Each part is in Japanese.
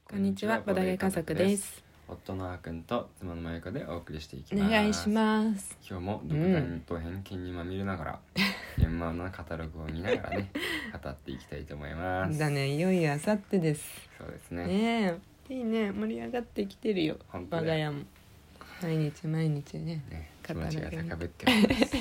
こんにちは、ボドゲ家族です。 夫のあーくんと妻のまゆかでお送りしていきます。 お願いします。 今日も独断と偏見にまみれながら、現場のカタログを見ながらね語っていきたいと思います。 だね、いよいよあさってです。 そうですね。 ねえ、いいね、盛り上がってきてるよ。 本当我が家も毎日ね気持ちが高ぶって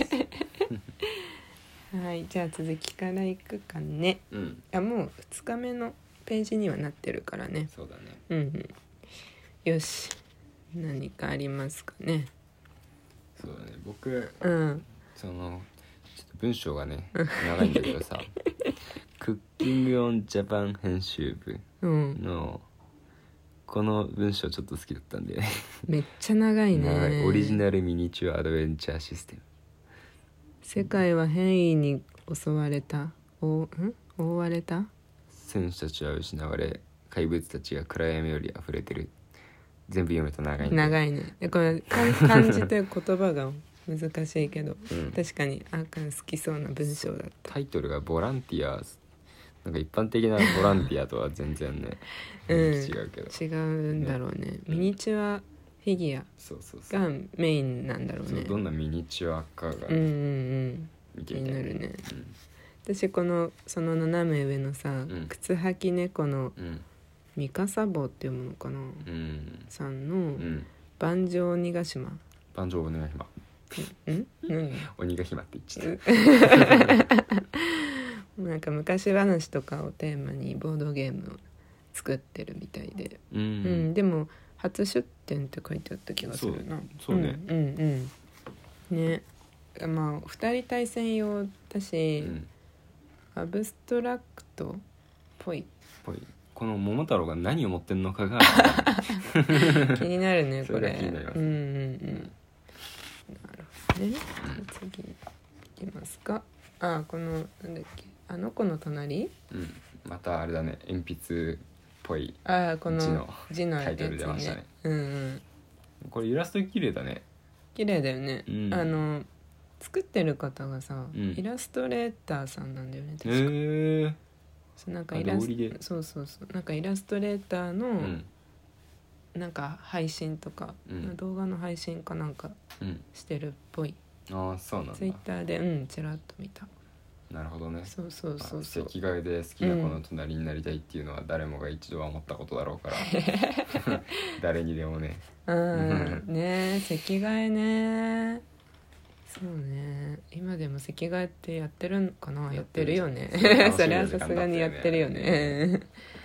ますはい、じゃあ続きからいくかね。あ、もう2日目のページにはなってるからね。 そうだね。 よし、何かありますかね。 そうだね、僕、そのちょっと文章がね長いんだけどさクッキングオンジャパン編集部の、この文章ちょっと好きだったんでめっちゃ長いね。 オリジナルミニチュアアドベンチャーシステム。 世界は変異に襲われた覆われた戦士たちは失われ、怪物たちが暗闇より溢れてる。全部読むと長いね。でこれ漢字という言葉が難しいけど、確かにあーくん好きそうな文章だった。 タイトルがボランティア、なんか一般的なボランティアとは全然ね違うけど違うんだろうね。ミニチュアフィギュアがメインなんだろうね。 どんなミニチュアかが、 見てみたいね。私その斜め上のさ、靴履き猫のミカサボっていうものかな、さんの万丈鬼ヶ島。 万丈鬼ヶ島鬼ヶ島って言っちゃったなんか昔話とかをテーマにボードゲームを作ってるみたいで、でも初出展って書いてあった気がするな。 そうね。 ね、まあ2人対戦用だし、アブストラクトっぽい。 この桃太郎が何を持ってんのかが気になるねこれ。 それが気になります。 なるほどね。次いきますか。このなんだっけ、あの子の隣。 またあれだね、鉛筆っぽいこの字のタイトル出ましたね。これイラスト綺麗だね。 綺麗だよね。作ってる方がさ、イラストレーターさんなんだよね確か。なんかなんかイラストレーターの、なんか配信とか、動画の配信かなんかしてるっぽい。 そうなんだ。 ツイッターでちらっと見た。 なるほどね。 そう席替えで好きな子の隣になりたいっていうのは誰もが一度は思ったことだろうから誰にでもね。 ね、席替えね。そうね、今でも席替えってやってるのかな。やってるよねそれはさすがにやってるよね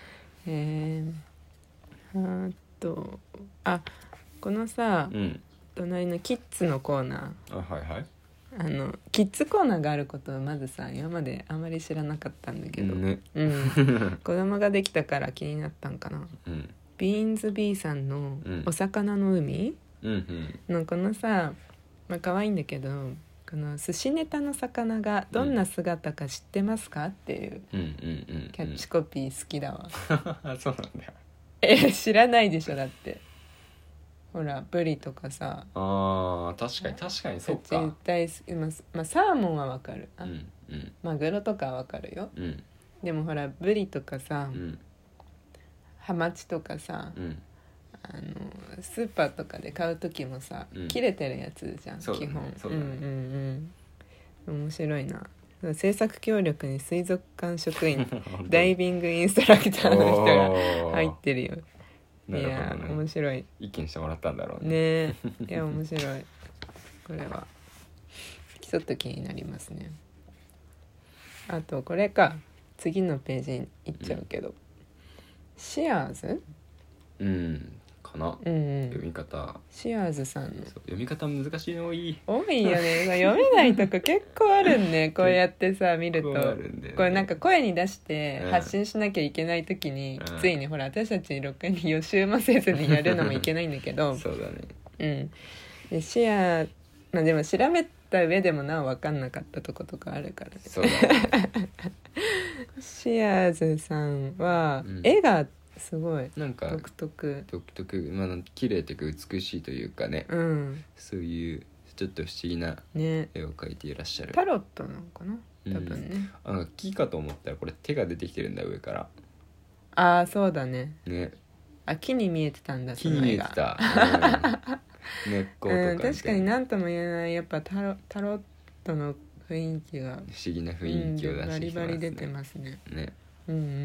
このさ、隣のキッズのコーナー、キッズコーナーがあることをまずさ、今まであまり知らなかったんだけど、子供ができたから気になったんかな。ビーンズ B さんのお魚の海のこのさ、可愛いんだけど、この寿司ネタの魚がどんな姿か知ってますかっていうキャッチコピー好きだわそうなんだよ。 知らないでしょ。だってほらブリとかさ。 確かにそうか。 絶対サーモンはわかる。マグロとかはわかるよ。でもほらブリとかさ、ハマチとかさ、スーパーとかで買う時もさ、切れてるやつじゃん、基本。面白いな。制作協力に水族館職員ダイビングインストラクターの人が入ってるよ。いや面白い。 意見してもらったんだろうね。いや面白い。これはちょっと気になりますね。あとこれか、次のページに行っちゃうけど、シアーズかな、読み方。 シアーズさんの読み方難しいの多いよね読めないとこ結構あるんねこうやってさ見ると、これなんか声に出して発信しなきゃいけない時に、ついにほら私たち録音に予習もせずにやるのもいけないんだけどそうだね。 でシアでも調べた上でもなお分かんなかったとことかあるからね。 そうだねシアーズさんは、絵がすごいなんか独特、 綺麗というか美しいというかね、そういうちょっと不思議な絵を描いていらっしゃる。 タロットなのかな多分ね。 木かと思ったらこれ手が出てきてるんだ、上から。 そうだね。 あ、木に見えてたんだ、 木に見えてた、根っことかみたいな、 確かに何とも言えない、やっぱタロットの雰囲気が不思議な雰囲気を出してきますね、 バリバリ出てますね。 ね、 うんうんうん。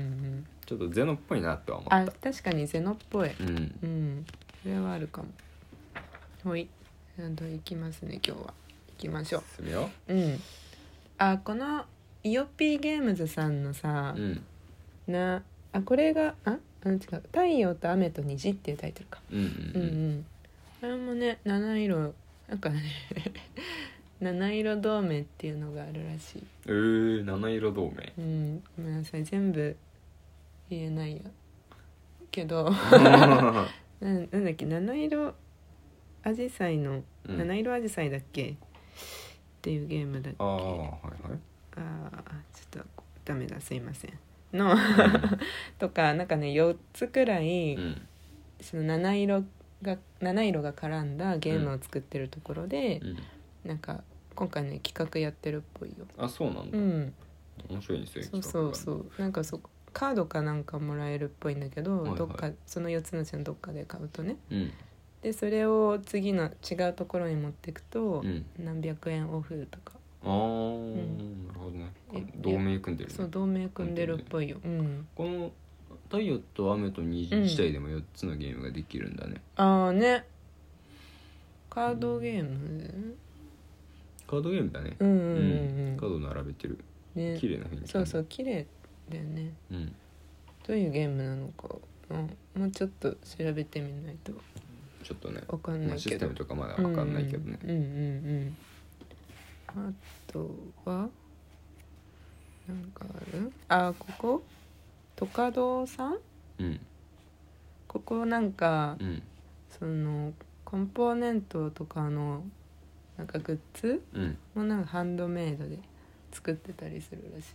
ちょっとゼノっぽいなとは思った。 あ、確かにゼノっぽい。うん、それはあるかも。ほい、行きますね、今日は。行きましょう。 するよ。 あ、このイオピーゲームズさんのさ、これが違う、太陽と雨と虹っていうタイトルか。これもね、七色なんかね七色同盟っていうのがあるらしい。 七色同盟。 ごめんなさい、全部言えないやけどなんだっけ、七色アジサイの、七色アジサイだっけっていうゲームだっけ。 はいはい。 ちょっとダメだ、すいませんのとか、なんかね、4つくらい、その七色が絡んだゲームを作ってるところで、なんか今回ね企画やってるっぽいよ。 あ、そうなんだ。面白いんですよ。 そうなんかカードかなんかもらえるっぽいんだけど、どっかその4つのうちのどっかで買うとね、でそれを次の違うところに持っていくと、何百円オフとか。 なるほどね。同盟組んでるね。 そう、同盟組んでるっぽいよ。 この太陽と雨と虹自体でも4つのゲームができるんだね。 ね、カードゲーム、 カードゲームだね。カード並べてる、綺麗な雰囲気。 そう綺麗だよね。どういうゲームなのか、もうちょっと調べてみないとちょっとね、 分かんないけど、 システムとかまだ分かんないけどね。 あとはなんかある？ここトカドさん、ここなんか、そのコンポーネントとかのなんかグッズもなんかハンドメイドで作ってたりするらし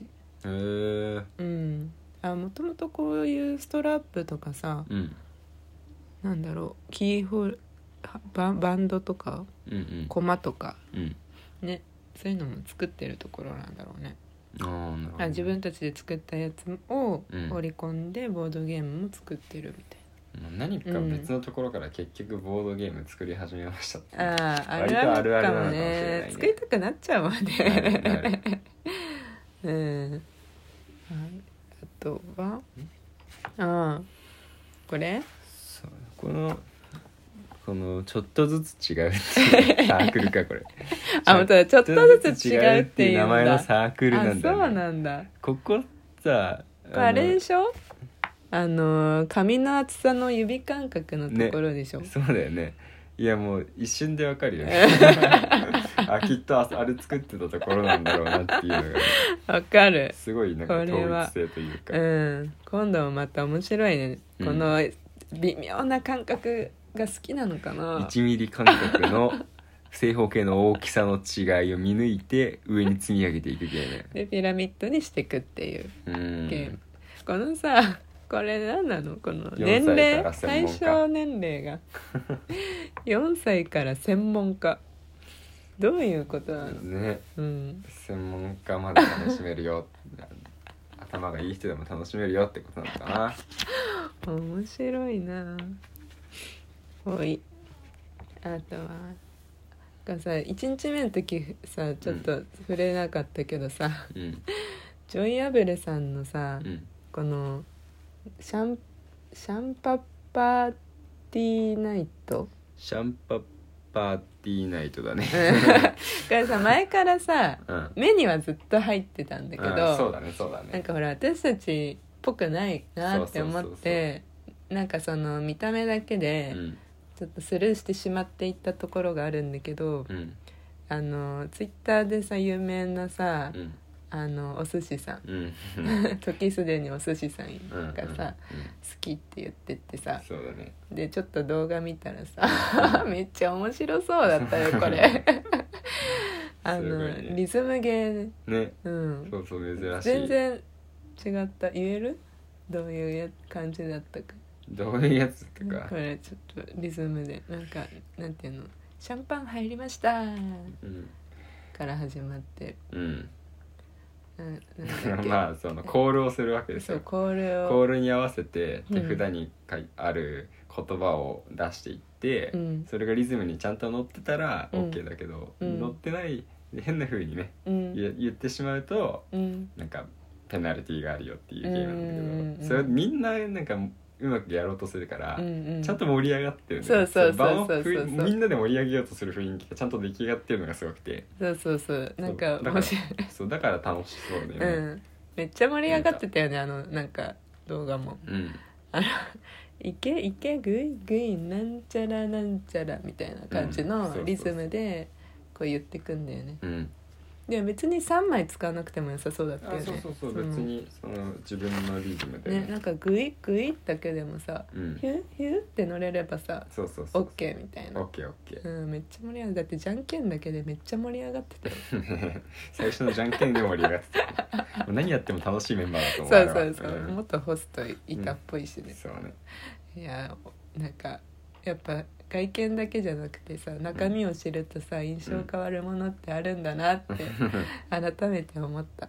い。もともとこういうストラップとかさ、なんだろう、キーホルバンドとか、コマとか、ね、そういうのも作ってるところなんだろうね。自分たちで作ったやつを織り込んでボードゲームも作ってるみたいな。何か別のところから結局ボードゲーム作り始めましたって、 あるあるかもね。作りたくなっちゃうわねあとはこれこのちょっとずつ違うっていうサークルかこれ本当だ、ちょっとずつ違うっていう名前のサークルなんだね。 そうなんだ。 ここさ、 あれでしょ、紙の厚さの指感覚のところでしょ、 そうだよね。いやもう一瞬でわかるよねきっとあれ作ってたところなんだろうなっていうのが、 わかる。 すごいなんか統一性というか、 今度もまた面白いね、この微妙な感覚が好きなのかな。 1ミリ間隔の正方形の大きさの違いを見抜いて上に積み上げていくゲームでピラミッドにしていくっていうゲーム。このさ、これ何なの、この年齢、対象年齢が4歳から専門家、どういうことなのね、専門家まで楽しめるよ頭がいい人でも楽しめるよってことなのかな。面白いな。ほい、あとはさ、1日目の時さちょっと触れなかったけどさ、ジョイアブレさんのさ、このシャンパパーティーナイト、 シャンパパーティーナイトだねこれさ前からさ、目にはずっと入ってたんだけど、 そうだねなんかほら私たちっぽくないなって思って、なんかその見た目だけでちょっとスルーしてしまっていったところがあるんだけど、ツイッターでさ有名なさ、お寿司さん、時すでにお寿司さんがさ、好きって言っててさ、 そうだね。 でちょっと動画見たらさめっちゃ面白そうだったよこれリズムゲーね、 そうそう珍しい。 全然違った。言える？どういう感じだったか。 どういうやつとか。 これちょっとリズムでなんかなんていうの、シャンパン入りました、から始まって、 まあそのコールをするわけですよ。 コールに合わせて手札にある言葉を出していって、それがリズムにちゃんと乗ってたら OK だけど、乗ってない変な風にね、言ってしまうと、なんかペナルティーがあるよっていうゲームなんだけど、それみんななんかうまくやろうとするから、ちゃんと盛り上がってるね。みんなで盛り上げようとする雰囲気がちゃんと出来上がってるのがすごくて、 なんかだから楽しそうだよね、 めっちゃ盛り上がってたよね、なんか動画も、いけグイグイなんちゃらなんちゃらみたいな感じのリズムでこう言ってくんだよね。でも別に3枚使わなくても良さそうだったよね。 そう別にその自分のリズムでね、なんかグイグイだけでもさ、ヒュヒュって乗れればさ、オッケーみたいな。 オッケー、 めっちゃ盛り上がる。だってじゃんけんだけでめっちゃ盛り上がってたよ最初のじゃんけんで盛り上がってたもう何やっても楽しいメンバーだと思う。 そう、元ホストいたっぽいしね、 そうね。 いやなんかやっぱ外見だけじゃなくてさ、中身を知るとさ、印象変わるものってあるんだなって改めて思った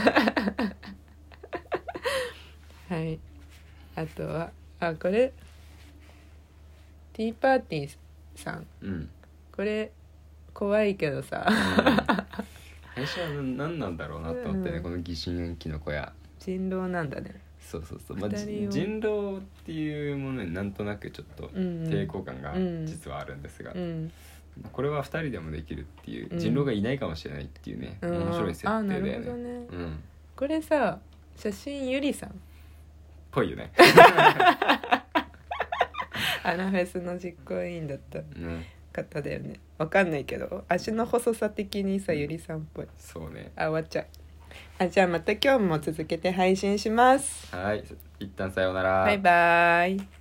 はい、あとはこれティーパーティーさん、これ怖いけどさ最初は何なんだろうなと思ってね、この疑心暗鬼の小屋。 人狼なんだね。 そう、まあ、人狼っていうものになんとなくちょっと抵抗感が実はあるんですが、これは2人でもできるっていう、人狼がいないかもしれないっていうね、面白い設定だよね。 なるほどね、これさ写真ゆりさんっぽいよねフェスの実行委員だった方だよね。わかんないけど足の細さ的にさ、ゆりさんっぽい。 そうね。 終わっちゃう。じゃあまた今日も続けて配信します。 はい、一旦さようなら。 バイバイ。